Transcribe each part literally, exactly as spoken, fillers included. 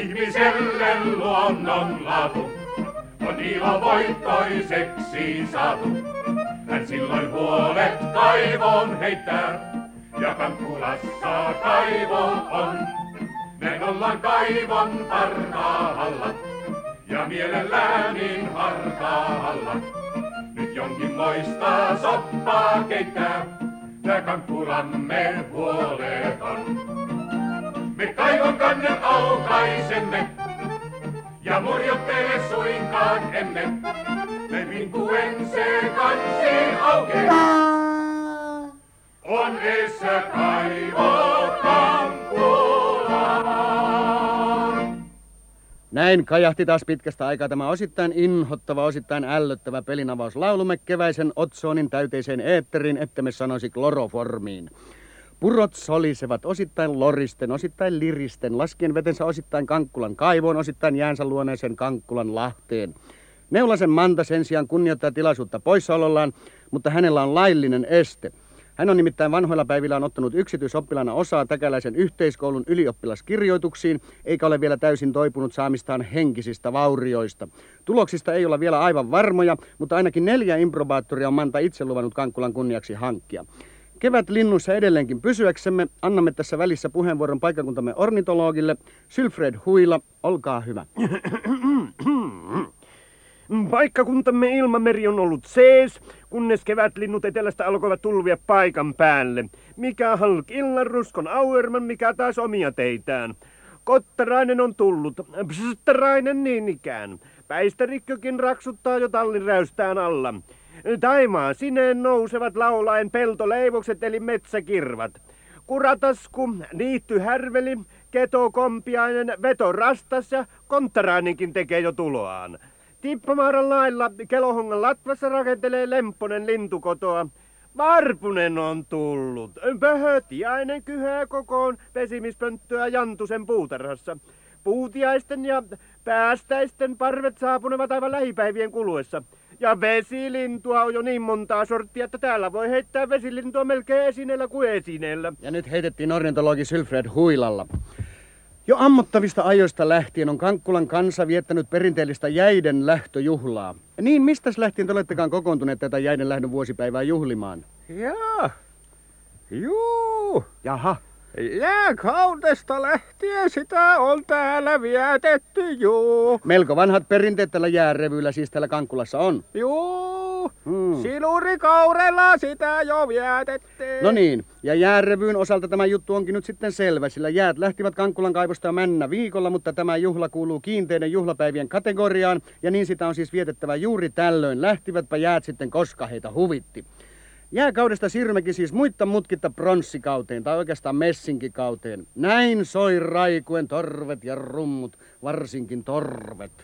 ihmiselle luonnonlaatu on ilo voittoiseksi saatu. Hän silloin huolet kaivoon heittää, ja Kankkulassa kaivo on. Me ollaan kaivon parhaalla, ja mielellään niin hartaalla. Nyt jonkinmoista soppaa keittää, tää Kankkulamme huoleton. Me kaivon kannen aukaisemme, ja murjottele suinkaan emme. Me vinkuen se kansi aukee. On edessä kaivo Kankkulaan. Näin kajahti taas pitkästä aikaa tämä osittain inhottava, osittain ällöttävä pelinavaus laulumme keväisen otsoonin täyteiseen eetteriin, ettemme sanoisi kloroformiin. Purot solisevat osittain loristen, osittain liristen, laskien vetensä osittain Kankkulan kaivoon, osittain jäänsä luoneeseen Kankkulan lahteen. Neulasen Manta sen sijaan kunnioittaa tilaisuutta poissaolollaan, mutta hänellä on laillinen este. Hän on nimittäin vanhoilla päivillään ottanut yksityisoppilaana osaa Täkäläisen yhteiskoulun ylioppilaskirjoituksiin, eikä ole vielä täysin toipunut saamistaan henkisistä vaurioista. Tuloksista ei olla vielä aivan varmoja, mutta ainakin neljä improbaattoria on Manta itse luvannut Kankkulan kunniaksi hankkia. Kevät linnuissa edelleenkin pysyäksemme annamme tässä välissä puheenvuoron paikkakuntamme ornitologille Sylfred Huila. Olkaa hyvä. Paikkakuntamme ilmameri on ollut sees, kunnes kevätlinnut etelästä alkoivat tulvia paikan päälle. Mikä halk illan ruskon auerman, mikä taas omia teitään. Kottarainen on tullut, pstarainen niin ikään. Päistärikkökin raksuttaa jo tallin räystään alla. Taimaan sineen nousevat laulaen peltoleivokset eli metsäkirvat. Kuratasku, niitty härveli, ketokompiainen, veto rastas ja konttarainenkin tekee jo tuloaan. Tippamaaran lailla Kelohongan latvassa rakentelee Lempponen lintukotoa. Varpunen on tullut. Pöhötiainen kyhää kokoon pesimispönttöä Jantusen puutarhassa. Puutiaisten ja päästäisten parvet saapunevat aivan lähipäivien kuluessa. Ja vesilintua on jo niin montaa sorttia, että täällä voi heittää vesilintua melkein esineellä kuin esineellä. Ja nyt heitettiin ornitologi Sylfred Huilalla. Jo ammottavista ajoista lähtien on Kankkulan kansa viettänyt perinteellistä jäiden lähtöjuhlaa. Niin, mistäs lähtien te olettekaan kokoontuneet tätä jäiden lähdön vuosipäivää juhlimaan? Jaa, juu. Jaha. Jääkaudesta lähtien sitä on täällä vietetty, juu. Melko vanhat perinteet tällä jäärevyllä siis täällä Kankkulassa on. Juu, hmm. silurikaurella sitä jo vietettiin. No niin, ja jäärevyyn osalta tämä juttu onkin nyt sitten selvä, sillä jäät lähtivät Kankkulan kaivosta jo männä viikolla, mutta tämä juhla kuuluu kiinteiden juhlapäivien kategoriaan, ja niin sitä on siis vietettävä juuri tällöin. Lähtivätpä jäät sitten koska heitä huvitti. Jääkaudesta siirrymmekin siis muitta mutkitta pronssikauteen, tai oikeastaan messinkikauteen. Näin soi raikuen torvet ja rummut, varsinkin torvet.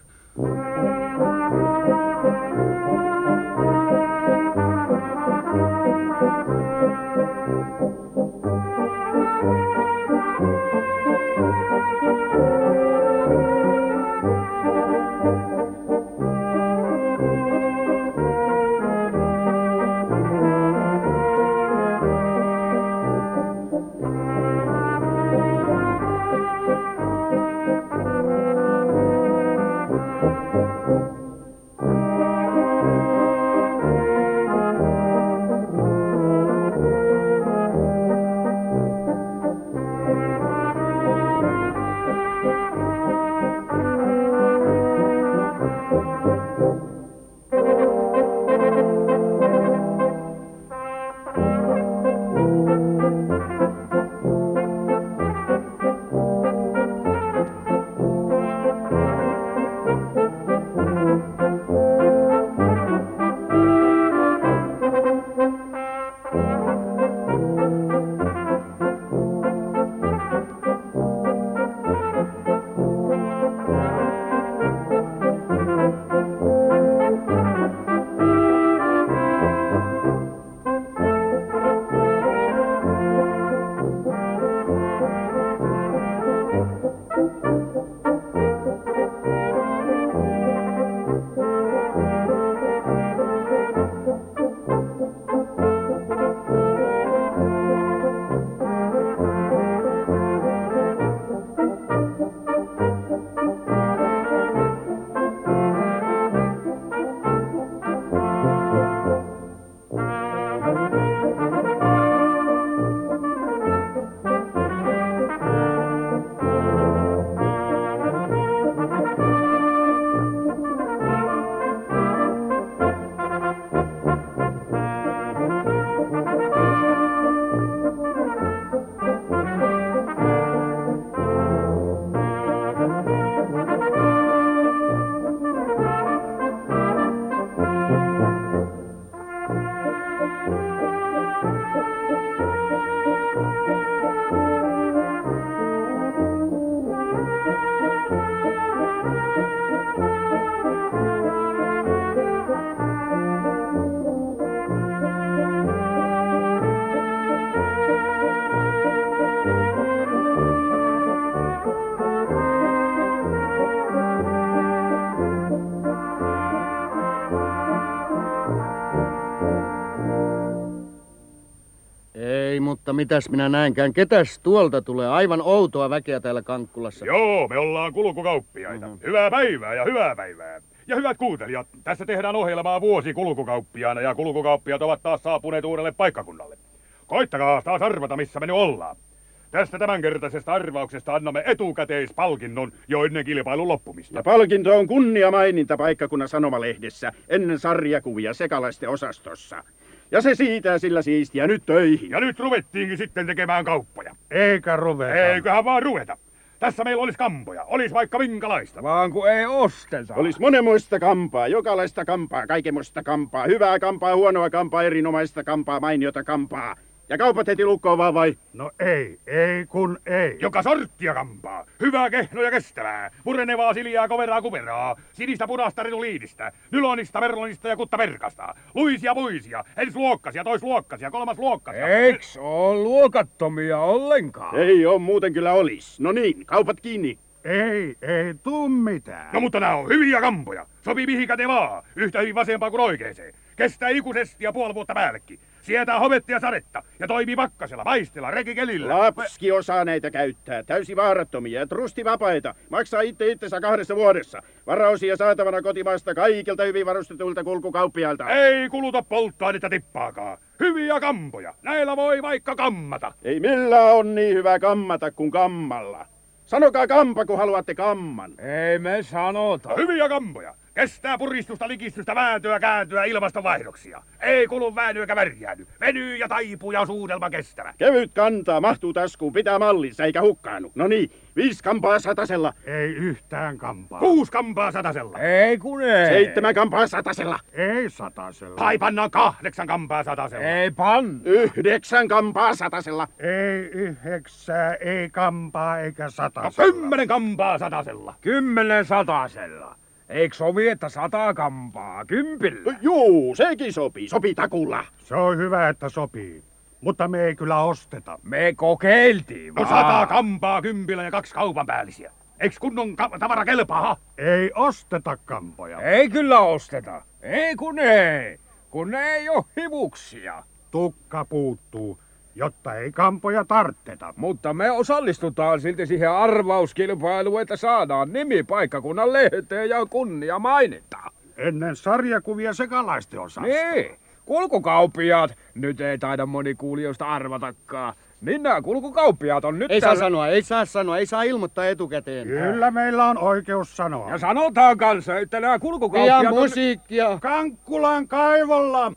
mutta mitäs minä näenkään, ketäs tuolta tulee? Aivan outoa väkeä täällä Kankkulassa. Joo, me ollaan kulkukauppiaita. Mm-hmm. Hyvää päivää ja hyvää päivää. Ja hyvät kuuntelijat, tässä tehdään ohjelmaa vuosi kulkukauppiaana ja kulkukauppiat ovat taas saapuneet uudelle paikkakunnalle. Koittakaa taas arvata, missä me nyt ollaan. Tästä tämänkertaisesta arvauksesta annamme etukäteispalkinnon jo ennen kilpailun loppumista. Ja palkinto on kunniamaininta paikkakunnan sanomalehdessä ennen sarjakuvia sekalaisten osastossa. Ja se siitä sillä siistiä nyt töihin. Ja nyt ruvettiinkin sitten tekemään kauppoja. Eikä ruveta. Eiköhän vaan ruveta. Tässä meillä olisi kampoja. Olisi vaikka minkälaista. Vaan kun ei osteta. Olisi monenmoista kampaa, jokalaista kampaa, kaikenmoista kampaa. Hyvää kampaa, huonoa kampaa, erinomaista kampaa, mainiota kampaa. Ja kaupat heti lukkoon vaan vai? No ei, ei kun ei. Joka sorttia kampaa. Hyvää, kehnoa ja kestävää. Murenevaa, siljaa, koveraa, kuperaa. Sinistä, punaista, retuliinistä. Nylonista, merlonista ja kuttaperkasta. Luisia, puisia. Ensiluokkaisia, toisluokkaisia, kolmasluokkaisia. Eiks oo luokattomia ollenkaan? Ei oo, muuten kyllä olis. No niin, kaupat kiinni. Ei, ei tuu mitään. No mutta nää on hyviä kampoja. Sopii mihinkä te vaan. Yhtä hyvin vasempaan kuin oikeeseen. Kestää ikuisesti ja puoli vuotta päällekin. Sietää hometta ja sadetta ja toimii pakkasella, paistella, rekikelillä. Lapski osaa näitä käyttää. Täysi vaarattomia ja trustivapaita. Maksaa itse itsensä kahdessa vuodessa. Varausia saatavana kotimaasta kaikilta hyvin varustetuilta kulkukauppiailta. Ei kuluta polttoainetta tippaakaan. Hyviä kampoja. Näillä voi vaikka kammata. Ei millään on niin hyvä kammata kuin kammalla. Sanokaa kampa, kun haluatte kamman. Ei me sanota. Hyviä kampoja. Kestää puristusta, likistystä, vääntöä, kääntöä, ilmastonvaihdoksia. Ei kulu väänny eikä värjääny. Venyy ja taipuu ja on suudelma kestävä. Kevyt kantaa, mahtuu taskuun, pitää mallinsa eikä hukkaannu. No niin, viisi kampaa satasella. Ei yhtään kampaa. Kuusi kampaa satasella. Ei kun ei. Seitsemän kampaa satasella. Ei satasella. Tai pannaan kahdeksan kampaa satasella. Ei pan. Yhdeksän kampaa satasella. Ei yhdeksää, ei kampaa eikä No, satasella. kymmenen kampaa satasella. Kymmenen satasella. Eikö sovi, että sata kampaa kympillä? Juu, sekin sopii. Sopii takulla. Se on hyvä, että sopii. Mutta me ei kyllä osteta. Me kokeiltiin No vaan. sata kampaa kympillä ja kaksi kaupan päällisiä. Eiks kunnon ka- tavara kelpaa? Ei osteta kampoja. Ei kyllä osteta. Ei kun ei. Kun ne ei oo hivuksia. Tukka puuttuu, jotta ei kampoja tartteta. Mutta me osallistutaan silti siihen arvauskilpailuun, että saadaan nimi paikkakunnan lehteen ja kunnia mainita. Ennen sarjakuvia sekalaisten osasta. Niin, kulkukauppiaat. Nyt ei taida moni kuulijoista arvatakaan. Niin nämä kulkukauppiaat on nyt Ei saa täällä... sanoa, ei saa sanoa, ei saa ilmoittaa etukäteen. Kyllä meillä on oikeus sanoa. Ja sanotaan kanssa, että nämä Ja kulkukauppiaat on... musiikkia. Kankkulan kaivolla.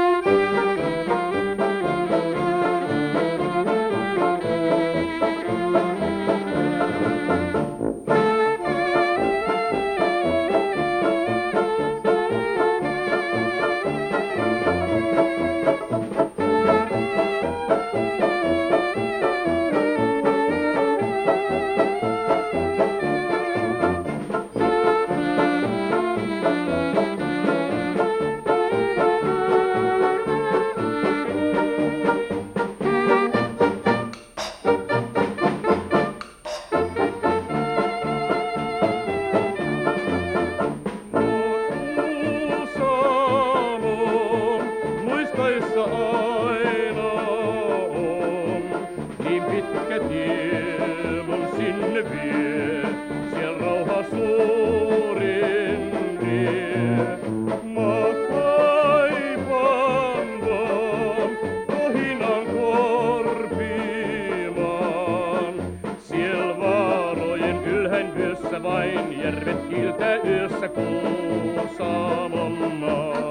Muistoissa aina on, niin pitkä tie mun sinne vie, siellä rauha suurin vie. Mä kaipaan vaan kohinan korpimaan, siellä vaarojen ylhäin vyössä vain järvet kiiltää yössä Kuusamon maan.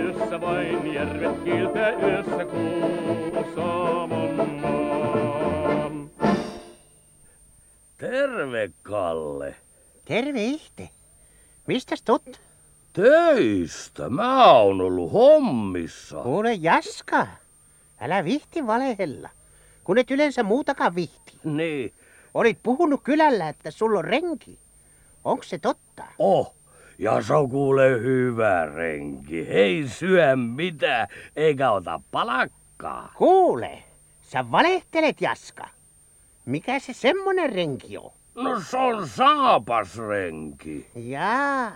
yössä vain järvet kiiltää yössä Kuusamon maan. Terve, Kalle. Terve ihte. Mistäs tut? Töistä. Mä oon ollut hommissa. Kuule Jaska, älä vihti valehella, kun et yleensä muutakaan vihti. Niin. Olit puhunut kylällä, että sulla on renki. Onks se totta? Oh, ja se on kuule hyvä renki. Ei syö mitään, eikä ota palakkaa. Kuule, sä valehtelet Jaska. Mikä se semmonen renki on? No se on saapasrenki. Jaa.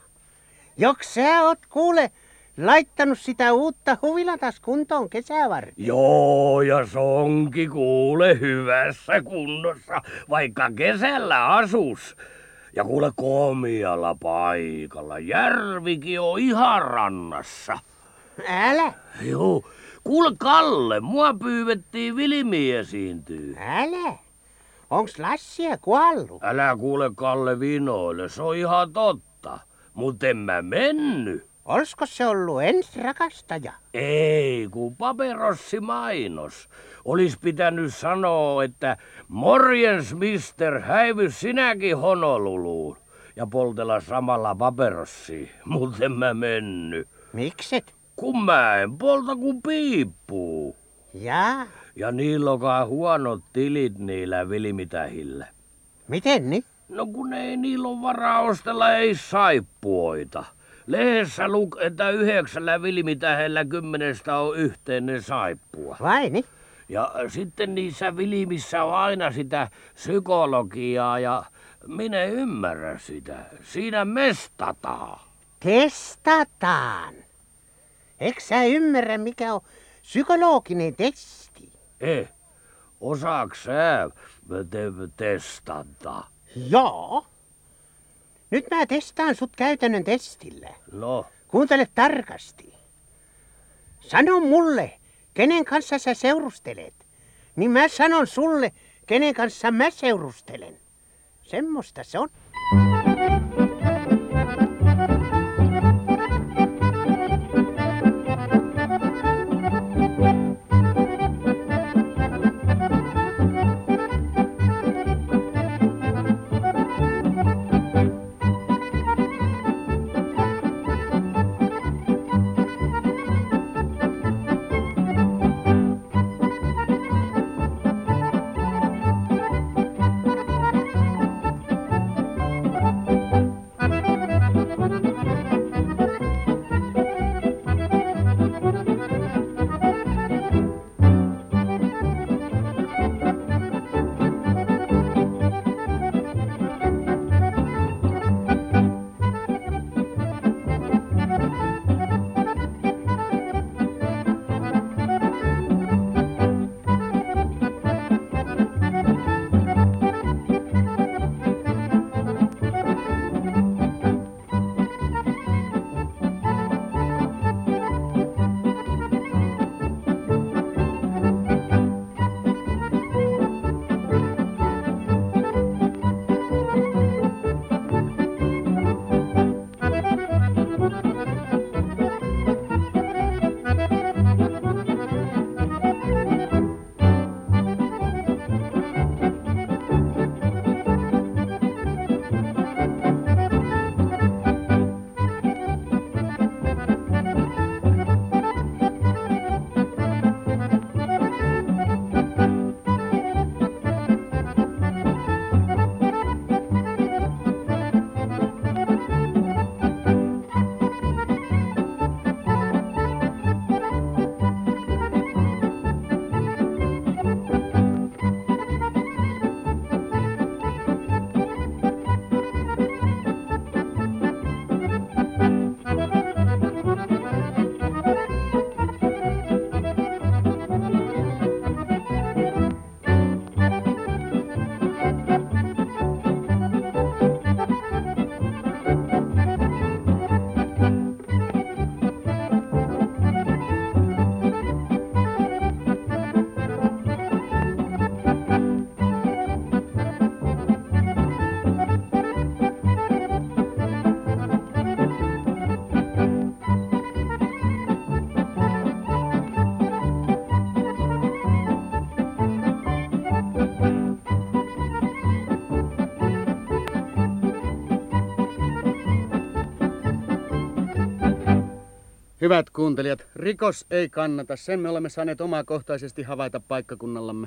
Joks sä oot kuule laittanut sitä uutta huvilatas kuntoon kesää varten? Joo, ja se onkin kuule hyvässä kunnossa, vaikka kesällä asus. Ja kuule komialla paikalla. Järvikin on ihan rannassa. Älä, Joo, kuule Kalle, mua pyydettiin Vilmi esiintyy. älä. Onks Lassia kuollut? Älä kuule Kalle vinoille, se on ihan totta. Mut en mä menny. Olsko se ollut ens rakastaja? Ei, kun paperossi mainos. Olis pitänyt sanoa, että morjens mister, häivy sinäkin Honoluluun. Ja poltella samalla paperossia, mut en mä menny. Mikset? Kun mä en polta kuin piippuu. Jaa. Ja niillä onkaan huonot tilit niillä vilmitähillä. Miten niin? No kun ei niillä ole varaa ostella ei saippuoita. Lehdessä luk, että yhdeksällä vilmitähellä kymmenestä on yhteinen saippua. Vai niin? Ja sitten niissä vilmissä on aina sitä psykologiaa ja minä en ymmärrä sitä. Siinä mestataan. Testataan. Eikö sä ymmärrä, mikä on psykologinen testi? Eh, osaaks sä te- testata? Joo. Nyt mä testaan sut käytännön testillä. No, Kuuntele tarkasti. Sano mulle, kenen kanssa sä seurustelet. Niin mä sanon sulle, kenen kanssa mä seurustelen. Semmosta se on. Hyvät kuuntelijat, rikos ei kannata. Sen me olemme saaneet omakohtaisesti havaita paikkakunnallamme.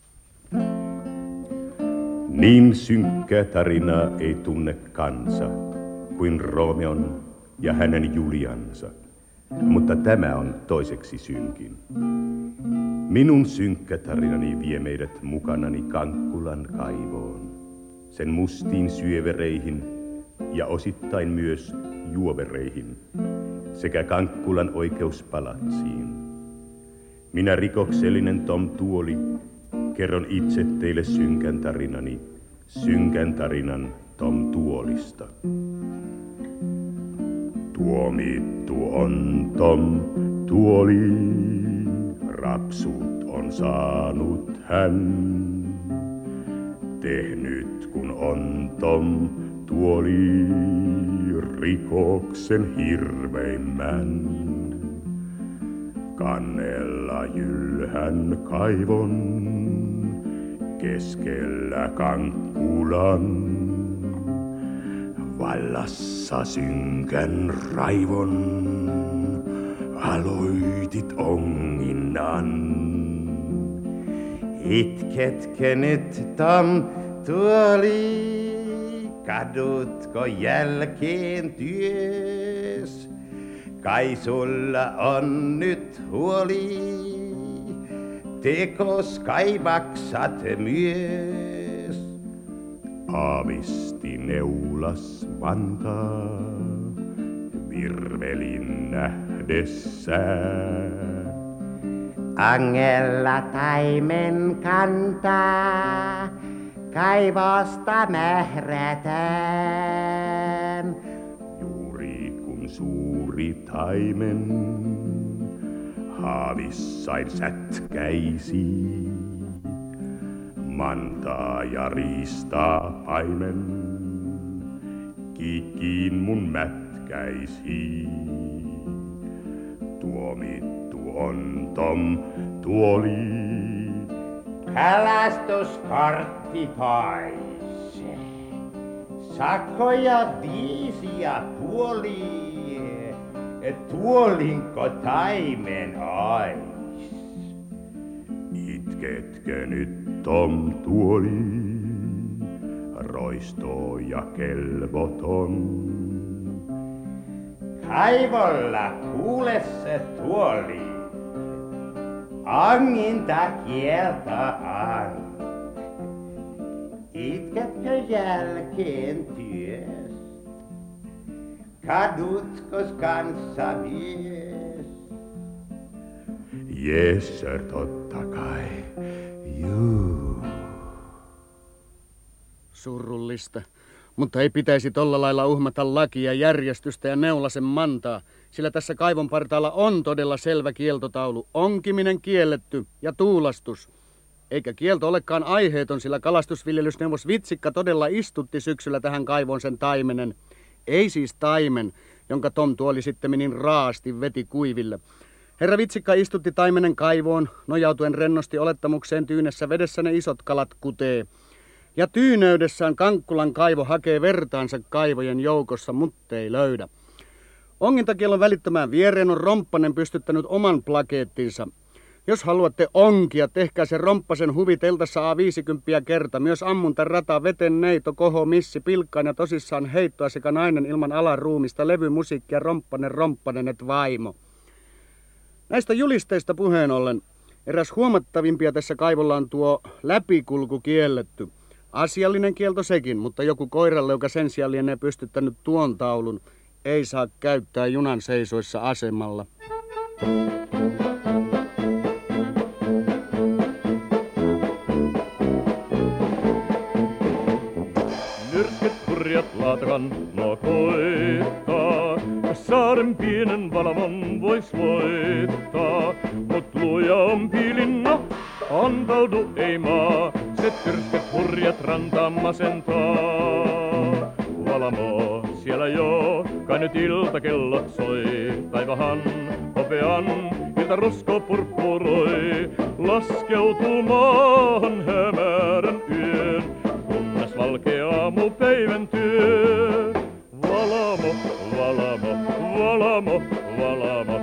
Niin synkkää tarinaa ei tunne kansa kuin Romeon ja hänen Juliansa. Mutta tämä on toiseksi synkin. Minun synkkä tarinani vie meidät mukanani Kankkulan kaivoon, sen mustiin syövereihin ja osittain myös juovereihin sekä Kankkulan oikeuspalatsiin. Minä rikoksellinen Tom Tuoli kerron itse teille synkän tarinani, synkän tarinan Tom Tuolista. Tuomittu on Tom Tuoli, rapsut on saanut hän. Tehnyt kun on Tom Tuoli rikoksen hirveimmän. Kannella jylhän kaivon keskellä Kankkulan. Vallassa synkän raivon aloitit onginnan. Itketkö nyt, Tom Tuoli, kadutko jälkeen työs? Kai sulla on nyt huoli, tekos kai maksat myös. Aavisti neulas Vantaa, virvelin nähdessään. Angella taimen kantaa, kaivosta mährätään. Juuri kun suuri taimen haavissain sätkäisi, Mantaa ja riistaa paimen kiikkiin mun mätkäisi. Tuomittu on Tom Tuoli. Kalastuskortti pois. Sakkoja viisi ja puoli. Tuolinko taimen ois? Itketkö nyt Tom Tuoli, roisto ja kelvoton? Kaivolla kuule se tuoli, anginta kieltään. Itketkö jälkeen työs, kadutkos kanssa mies? Yes, sir, totta kai. Juu. Surullista. Mutta ei pitäisi tolla lailla uhmata lakia, järjestystä ja Neulasen Mantaa, sillä tässä kaivon partaalla on todella selvä kieltotaulu, onkiminen kielletty ja tuulastus. Eikä kielto olekaan aiheeton, sillä kalastusviljelysneuvos Vitsikka todella istutti syksyllä tähän kaivoon sen taimenen. Ei siis taimen, jonka Tom Tuoli sitten niin raasti veti kuiville. Herra Vitsikka istutti taimenen kaivoon, nojautuen rennosti olettamukseen tyynessä vedessä ne isot kalat kutee. Ja tyyneydessään Kankkulan kaivo hakee vertaansa kaivojen joukossa, mutta ei löydä. Ongintakielon välittömään viereen on Romppanen pystyttänyt oman plakeettinsa. Jos haluatte onkia, tehkää se Romppasen huvi teltassa A viisikymmentä kerta. Myös ammunta, rata, veten, neito, koho, missi, pilkkaan ja tosissaan heittoa sekä nainen ilman alaruumista, levymusiikkia, Romppanen, Romppanen, et vaimo. Näistä julisteista puheen ollen, eräs huomattavimpia tässä kaivolla on tuo läpikulku kielletty. Asiallinen kielto sekin, mutta joku koiralle, joka sen sijaan lienee pystyttänyt tuon taulun, ei saa käyttää junan seisoissa asemalla. Myrskyt hurjat laatakan no koittaa, saaren pienen valamon vois voittaa, mut luoja on piilinna, antaudu ei maa, se tyrskyt hurjat rantaa masentaa. Valamo siellä jo, kai nyt iltakellot soi, taivahan hopean ilta rusko purppuroi, laskeutuu maahan hämärän yön, kunnes valkea aamu päiväntyy. Valamo, valamo, valamo, valamo.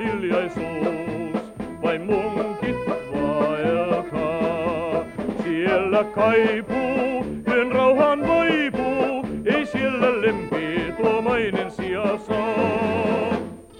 hiljaisuus, vain munkit vaeltaa. Siellä kaipuu, yön rauhaan vaipuu, ei siellä lempi tuomainen sija saa.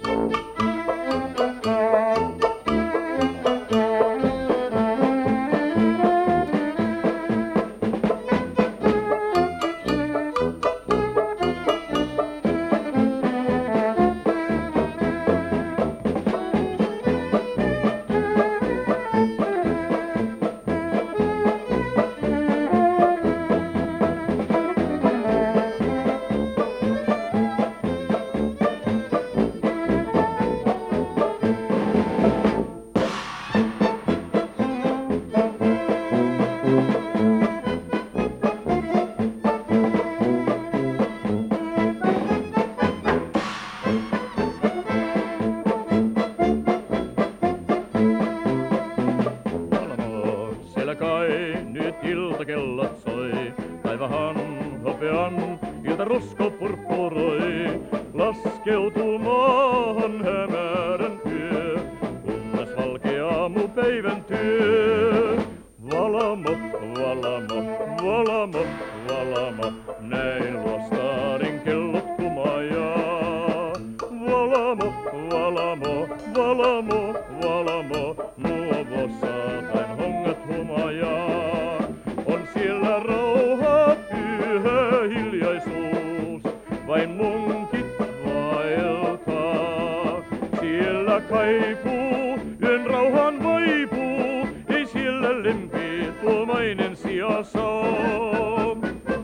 Iltakellot soi, taivahan hopean, ilta rusko purppuroi. Laskeutuu maahan hämärän yö, kunnes valkea aamupäivän työ. Valamo, valamo, valamo, valamo, näin luostaarin kellot kumajaa. Valamo, valamo, valamo, valamo, nuovossa tain hongat humajaa. Siellä rauha, pyhä hiljaisuus, vain munkit vaeltaa. Siellä kaipuu, yön rauhan vaipuu, ei siellä lempi tuomainen sija saa.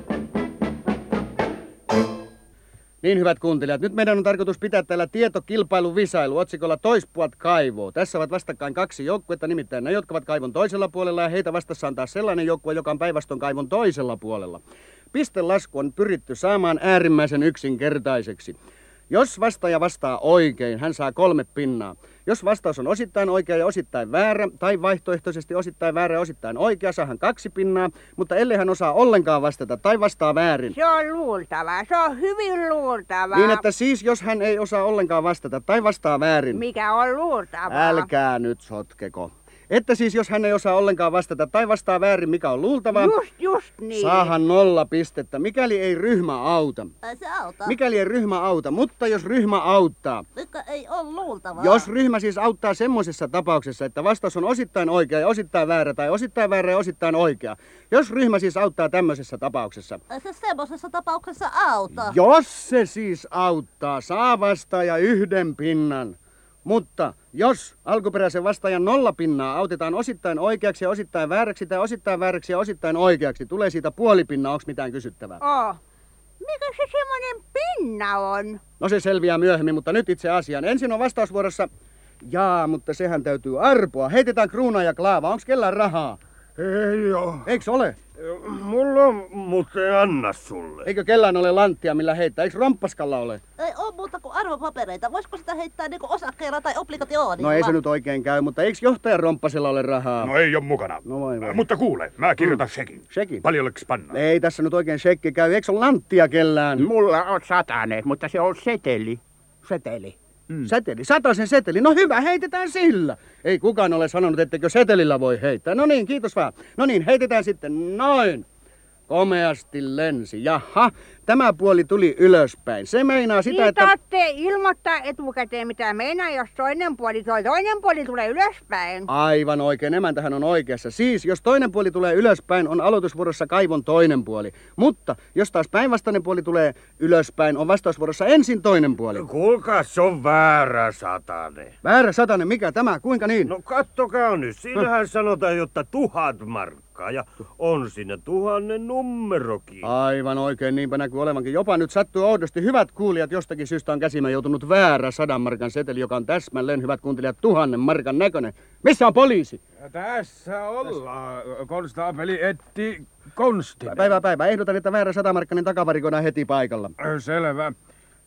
Niin, hyvät kuuntelijat, nyt meidän on tarkoitus pitää täällä tietokilpailuvisailu otsikolla Toispuot kaivoo. Tässä ovat vastakkain kaksi joukkuetta, nimittäin ne, jotka ovat kaivon toisella puolella, ja heitä vastassa on taas sellainen joukkue, joka on päinvastoin kaivon toisella puolella. Pistelasku on pyritty saamaan äärimmäisen yksinkertaiseksi. Jos vastaaja vastaa oikein, hän saa kolme pinnaa. Jos vastaus on osittain oikea ja osittain väärä, tai vaihtoehtoisesti osittain väärä ja osittain oikea, saa hän kaksi pinnaa. Mutta ellei hän osaa ollenkaan vastata tai vastaa väärin. Se on luultavaa, se on hyvin luultavaa. Niin, että siis jos hän ei osaa ollenkaan vastata tai vastaa väärin. Mikä on luultavaa? Älkää nyt sotkeko. Että siis jos hän ei osaa ollenkaan vastata tai vastaa väärin, mikä on luultavaa. Just, just niin. Saahan nolla pistettä, mikäli ei ryhmä auta. Ei se auta. Mikäli ei ryhmä auta, mutta jos ryhmä auttaa. Mikä ei ole luultavaa. Jos ryhmä siis auttaa semmoisessa tapauksessa, että vastaus on osittain oikea ja osittain väärä tai osittain väärä ja osittain oikea. Jos ryhmä siis auttaa tämmöisessä tapauksessa. Ei se semmoisessa tapauksessa auta. Jos se siis auttaa, saa vastaaja yhden pinnan. Mutta jos alkuperäisen vastaajan nolla pinnaa autetaan osittain oikeaksi ja osittain vääräksi tai osittain vääräksi ja osittain oikeaksi, tulee siitä puoli pinnaa. Onko mitään kysyttävää? Oh. Mikä se semmoinen pinna on? No se selviää myöhemmin, mutta nyt itse asiaan. Ensin on vastausvuorossa. Jaa, mutta sehän täytyy arpoa. Heitetään kruunaa ja klaava. Onko kellään rahaa? Ei oo. Eiks ole? Mulla on, mutta ei anna sulle. Eikö kellään ole lanttia, millä heittää? Eiks romppaskalla ole? Ei oo muuta kuin arvopapereita. Voisiko sitä heittää niinku osakkeilla tai obligationilla? No ei se nyt oikein käy, mutta eiks johtajan romppasella ole rahaa? No ei oo mukana. No vai vai. Mutta kuule, mä kirjoitan mm. shekin. Shekin? Paljonleks pannaan? Ei tässä nyt oikein shekki käy. Eiks ole lanttia kellään? Mulla on satanen, mutta se on seteli. Seteli. Mm. Seteli, sataisen seteli. No hyvä, heitetään sillä. Ei kukaan ole sanonut, etteikö setelillä voi heittää. No niin, kiitos vaan. No niin, heitetään sitten noin. Komeasti lensi. Jaha, tämä puoli tuli ylöspäin. Se meinaa sitä, niin että... Niin tarvitsee ilmoittaa etukäteen, mitä meinaa, jos toinen puoli, toi toinen puoli tulee ylöspäin. Aivan oikein, emäntähän on oikeassa. Siis, jos toinen puoli tulee ylöspäin, on aloitusvuorossa kaivon toinen puoli. Mutta, jos taas päinvastainen puoli tulee ylöspäin, on vastausvuorossa ensin toinen puoli. Kuulkaa, se on väärä satane. Väärä satanen, mikä tämä? Kuinka niin? No kattokaa nyt, siinähän sanotaan, jotta tuhat markkaa. Ja on siinä tuhannen numerokin. Aivan oikein, niinpä näkyy olevankin. Jopa nyt sattuu oudosti. Hyvät kuulijat, jostakin syystä on käsimään joutunut väärä sadan markan seteli, joka on täsmälleen, hyvät kuuntelijat, tuhannen markan näköinen. Missä on poliisi? Ja tässä ollaan. Konstaapeli etti Konstinen. Päivä päivä. Ehdotan, että väärä satamarkkainen takavarikoidaan heti paikalla. Selvä.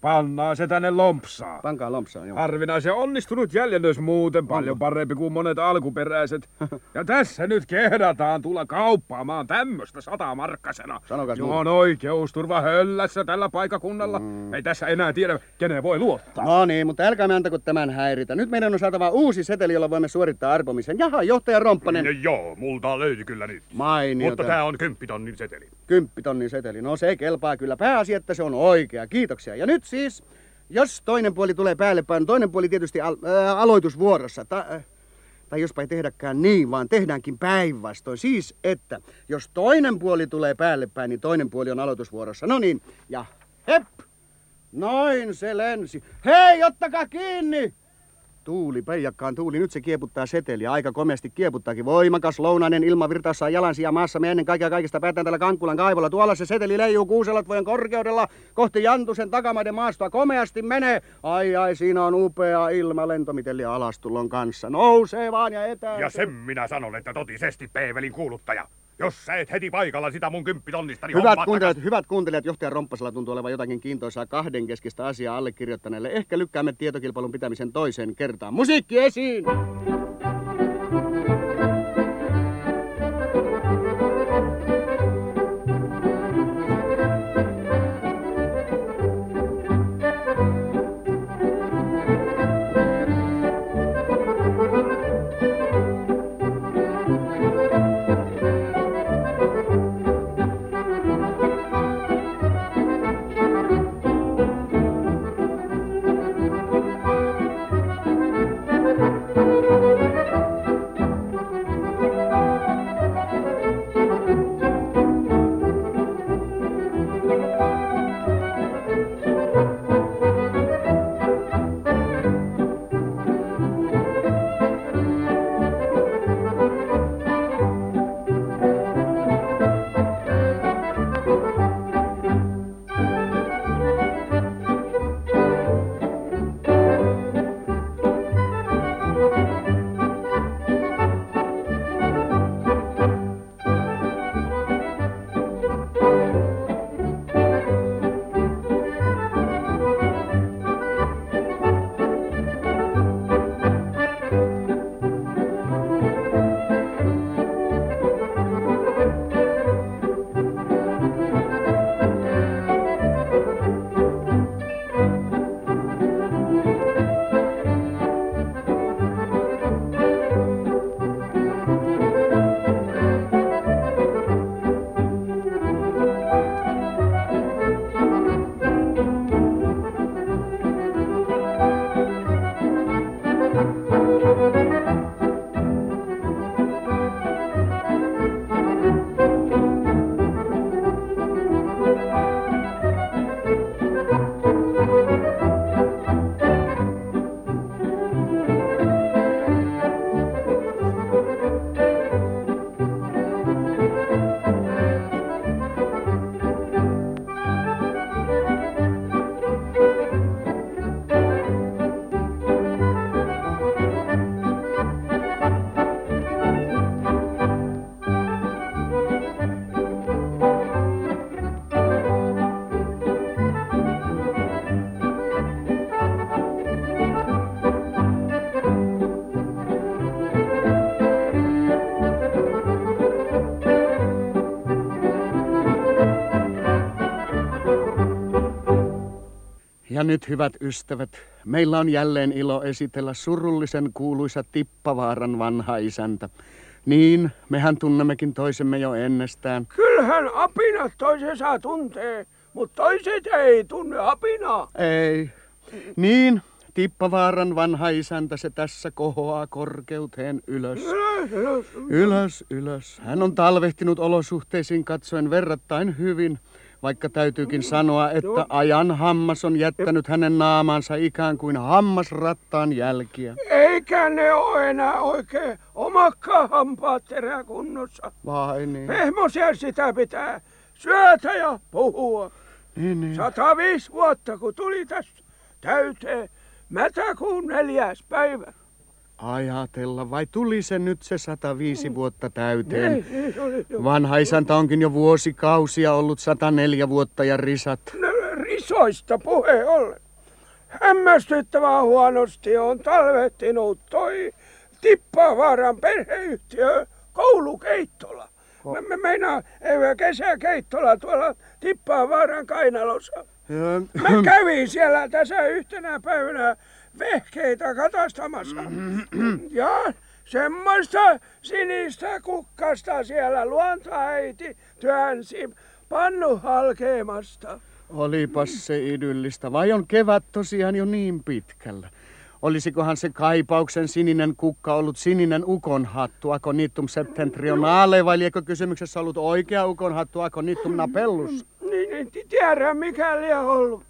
Pannaan se tänne lompsaan. Pankaa lompsaan, joo. Harvinaisen onnistunut jäljennös muuten paljon parempi kuin monet alkuperäiset. Ja tässä nyt kehdataan tulla kauppaamaan tämmöstä satamarkkasena. Sanokas Joo, muuta. on oikeusturva höllässä tällä paikakunnalla. Mm. Ei tässä enää tiedä, kenen voi luottaa. No niin, mutta älkäämme antako tämän häiritä. Nyt meidän on saatava uusi seteli, jolla voimme suorittaa arpomisen. Jaha, johtaja Romppanen. No joo, multa löytyi kyllä nyt. Mainiota. Mutta tää on kymppitonnin seteli. Kymppitonnin seteli. No se kelpaa kyllä. Pääasia, että se on oikea. Kiitoksia. Ja nyt siis, jos toinen puoli tulee päälle päin, toinen puoli tietysti al- ää, aloitusvuorossa. Ta- äh, tai jospa ei tehdäkään niin, vaan tehdäänkin päinvastoin. Siis, että jos toinen puoli tulee päälle päin, niin toinen puoli on aloitusvuorossa. No niin, ja hep! Noin se lensi. Hei, ottakaa kiinni! Tuuli, peijakkaan tuuli, nyt se kieputtaa seteliä. Aika komeasti kieputtaakin. Voimakas lounainen ilmavirtaus saa jalansia maassa. Me ennen kaikkea kaikesta päätään tällä Kankkulan kaivolla. Tuolla se seteli leijuu Kuuselatvojen korkeudella kohti Jantusen takamaiden maastoa. Komeasti menee. Ai ai, siinä on upea ilma lentomitelli alastulon kanssa. Nousee vaan ja etää. Ja sen minä sanon, että totisesti Peevelin kuuluttaja. Jos sä et heti paikalla sitä mun kymppitonnistani Hyvät hommaa kuuntelijat, takas- hyvät kuuntelijat, johtaja Romppasella tuntuu olevan jotakin kiintoisaa kahdenkeskistä asiaa allekirjoittaneelle. Ehkä lykkäämme tietokilpailun pitämisen toiseen kertaan. Musiikki esiin! Ja nyt, hyvät ystävät, meillä on jälleen ilo esitellä surullisen kuuluisa Tippavaaran vanha isäntä. Niin, mehän tunnemmekin toisemme jo ennestään. Kyllähän apinat toisensa tuntee, mutta toiset ei tunne apinaa. Ei. Niin, Tippavaaran vanha isäntä, se tässä kohoaa korkeuteen ylös. Ylös, ylös. Ylös, ylös. Hän on talvehtinut olosuhteisiin katsoen verrattain hyvin, vaikka täytyykin sanoa, että ajan hammas on jättänyt hänen naamansa ikään kuin hammasrattaan jälkiä. Eikä ne ole enää oikein omakkaan hampaat teräkunnossa. Vai niin? Pehmosia sitä pitää syötä ja puhua. Niin, niin. sataviisi vuotta kun tuli tästä täyteen mätäkuun neljäs päivä. Ajatella, vai tuli se nyt se sataviisi vuotta täyteen? Niin, niin, oli jo. Vanha isäntä onkin jo vuosikausia ollut sata neljä vuotta ja risat. No, isoista puheen ollen. Hämmästyttävää huonosti on talvehtinut toi Tippavaaran perheyhtiö koulukeittola. Me, me meinaa kesäkeittola tuolla Tippavaaran kainalossa. Mä kävin siellä tässä yhtenä päivänä vehkeitä katastamassa. Ja semmoista sinistä kukkasta siellä luontoäiti työnsi pannu halkeamasta. Olipas se idyllistä, vai on kevät tosiaan jo niin pitkällä? Olisikohan se kaipauksen sininen kukka ollut sininen ukonhattu, ako nittum septentrionale, vai liekö kysymyksessä ollut oikea ukonhattu, ako nittum napellus? Niin, niin tiedä mikä liian ollut.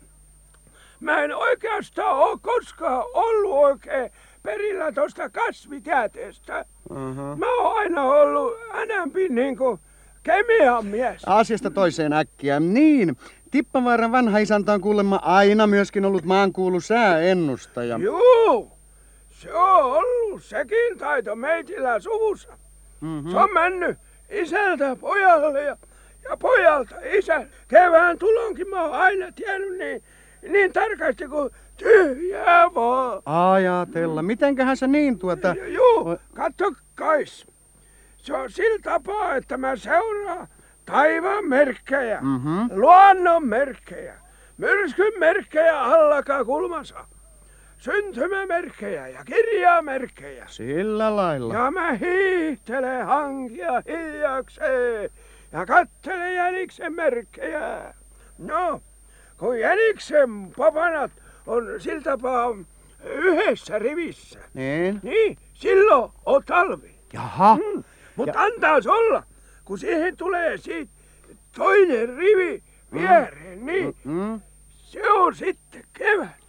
Mä en oikeastaan ole koskaan ollut oikein perillä tosta kasvitieteestä. Uh-huh. Mä oon aina ollut enemmän niinku kemian mies. Asiasta toiseen äkkiä. Niin, Tippavaaran vanha isäntä on kuulemma aina myöskin ollut maankuulu sääennustaja. Juu, se on ollut sekin taito meitillä suvussa. Mm-hmm. Se on mennyt isältä pojalle ja, ja pojalta isä. Kevään tulonkin mä oon aina tiennyt niin, niin tarkasti kuin tyhjää vaan. Ajatella, mitenköhän se niin tuota... Juu, katso kais. Se on sillä tapaa, että mä seuraan taivaan merkkejä, mm-hmm. luonnon merkkejä, myrskyn merkkejä allakaan kulmassa, syntymämerkkejä ja kirjamerkkejä. Sillä lailla. Ja mä hiihtelen hankia hiljakseen ja katselen jäniksen merkkejä. No, kun jäniksen papanat on sillä tapaa yhdessä rivissä, niin, niin silloin on talvi. Jaha. Mm, mutta ja... antaas olla. Kun siihen tulee siitä toinen rivi viereen, niin mm-hmm. se on sitten kevät.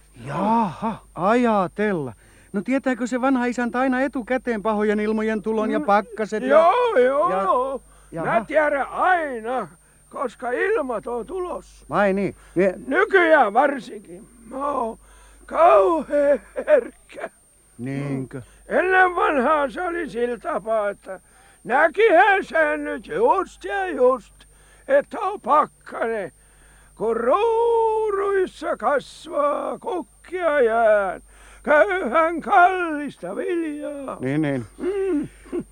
Jaha, ajatella. No tietääkö se vanha isäntä aina etukäteen pahojen ilmojen tulon ja pakkaset? Ja... Joo, joo. Ja... Mä tiedän aina, koska ilmat on tulossa. Vai niin? Ja... Nykyään varsinkin. Mä oon kauhean herkkä. Niinkö? Ennen vanhaa se oli sillä tapaa, että näkihän sen nyt just ja just, että on pakkanen, kun ruuruissa kasvaa kukkia jään, köyhän kallista viljaa. Niin, niin. Mm.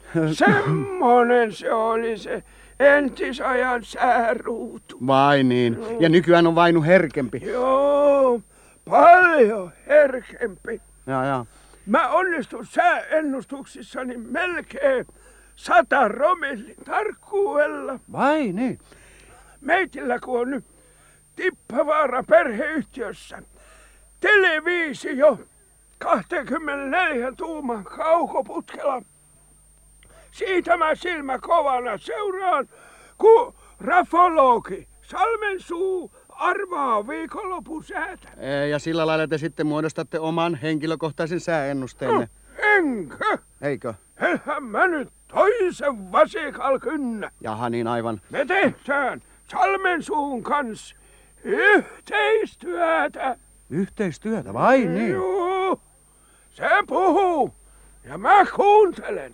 Semmonen se oli se entisajan sääruutu. Vai niin. Ja nykyään on vainu herkempi. Joo, paljon herkempi. Ja, ja. Mä onnistun sääennustuksissani melkein sata romellin tarkkuudella. Vai niin? Meitillä kun on nyt Tippavaara perheyhtiössä televisio kaksikymmentäneljä tuuman kaukoputkella. Siitä mä silmä kovana seuraan, kun rafologi Salmensuu arvaa viikonlopun säätä. Ja sillä lailla te sitten muodostatte oman henkilökohtaisen sääennusteenne. No, enkö? Eikö? Eihän mä nyt toisen vasikal kynnä. Jaha, niin aivan. Me tehdään Salmensuun kanssa yhteistyötä. Yhteistyötä, vai niin? Joo, se puhuu ja mä kuuntelen.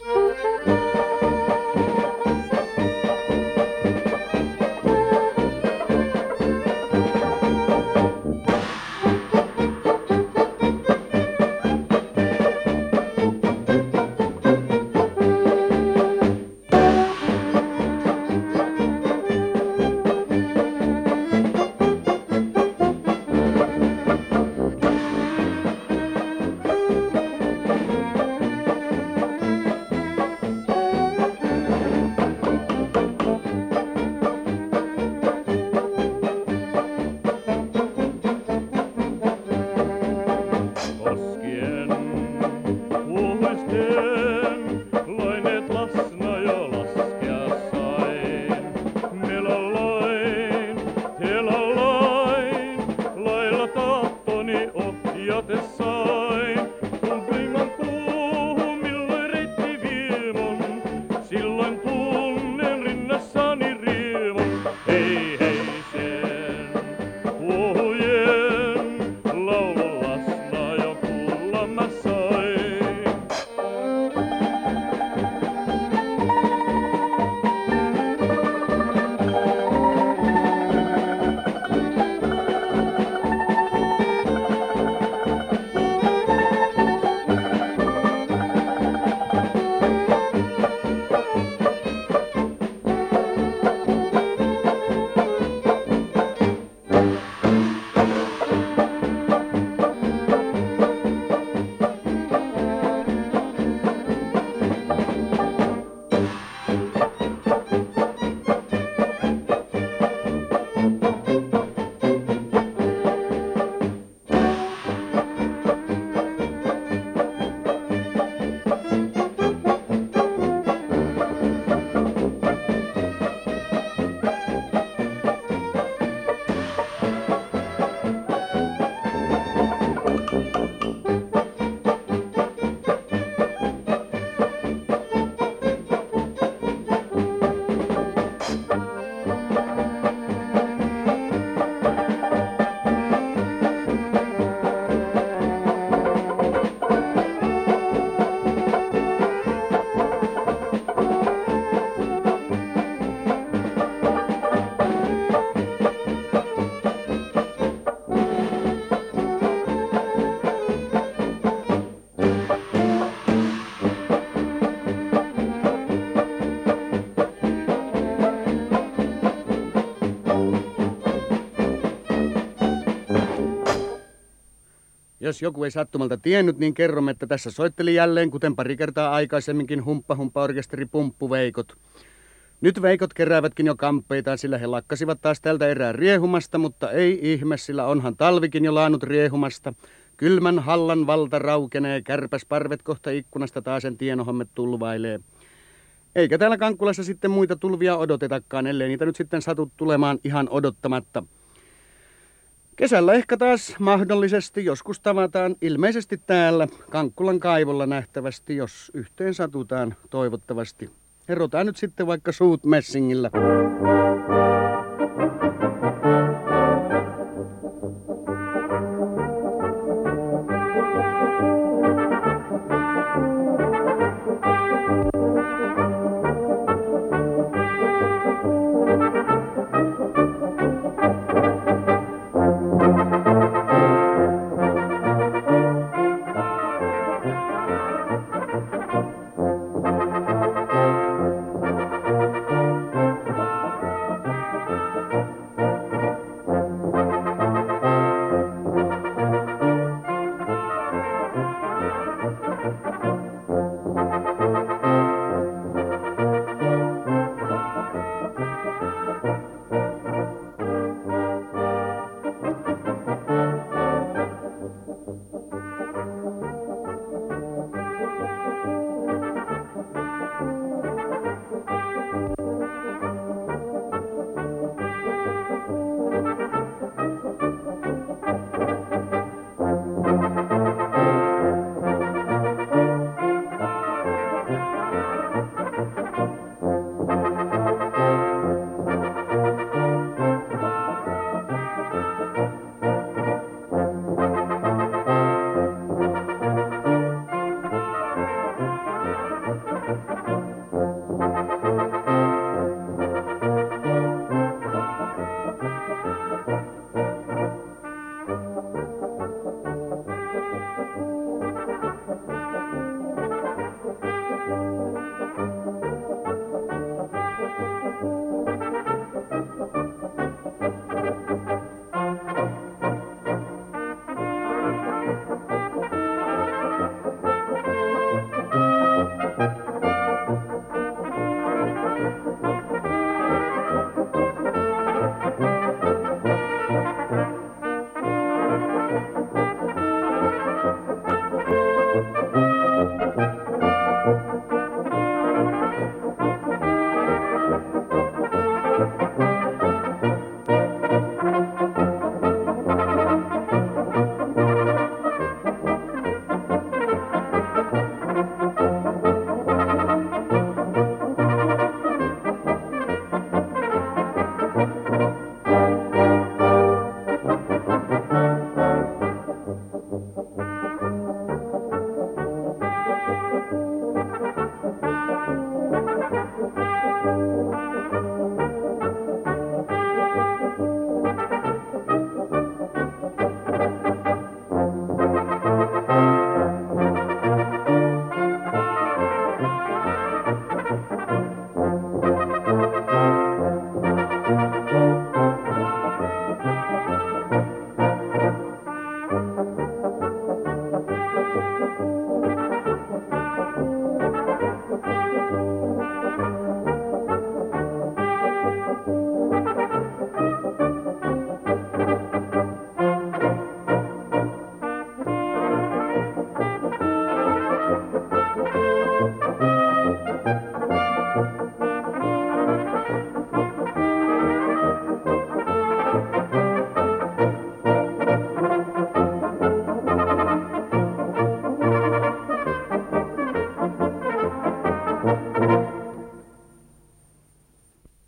Jos joku ei sattumalta tiennyt, niin kerromme, että tässä soitteli jälleen, kuten pari kertaa aikaisemminkin, humppa-humppa-orkesteri Pumppuveikot. Nyt veikot keräävätkin jo kamppeitaan, sillä he lakkasivat taas tältä erää riehumasta, mutta ei ihme, sillä onhan talvikin jo laannut riehumasta. Kylmän hallan valta raukenee, kärpäsparvet kohta ikkunasta taas sen tienohommet tulvailee. Eikä täällä Kankkulassa sitten muita tulvia odotetakaan, ellei niitä nyt sitten satu tulemaan ihan odottamatta. Kesällä ehkä taas mahdollisesti joskus tavataan, ilmeisesti täällä Kankkulan kaivolla nähtävästi, jos yhteen satutaan toivottavasti. Erotaan nyt sitten vaikka suut messingillä.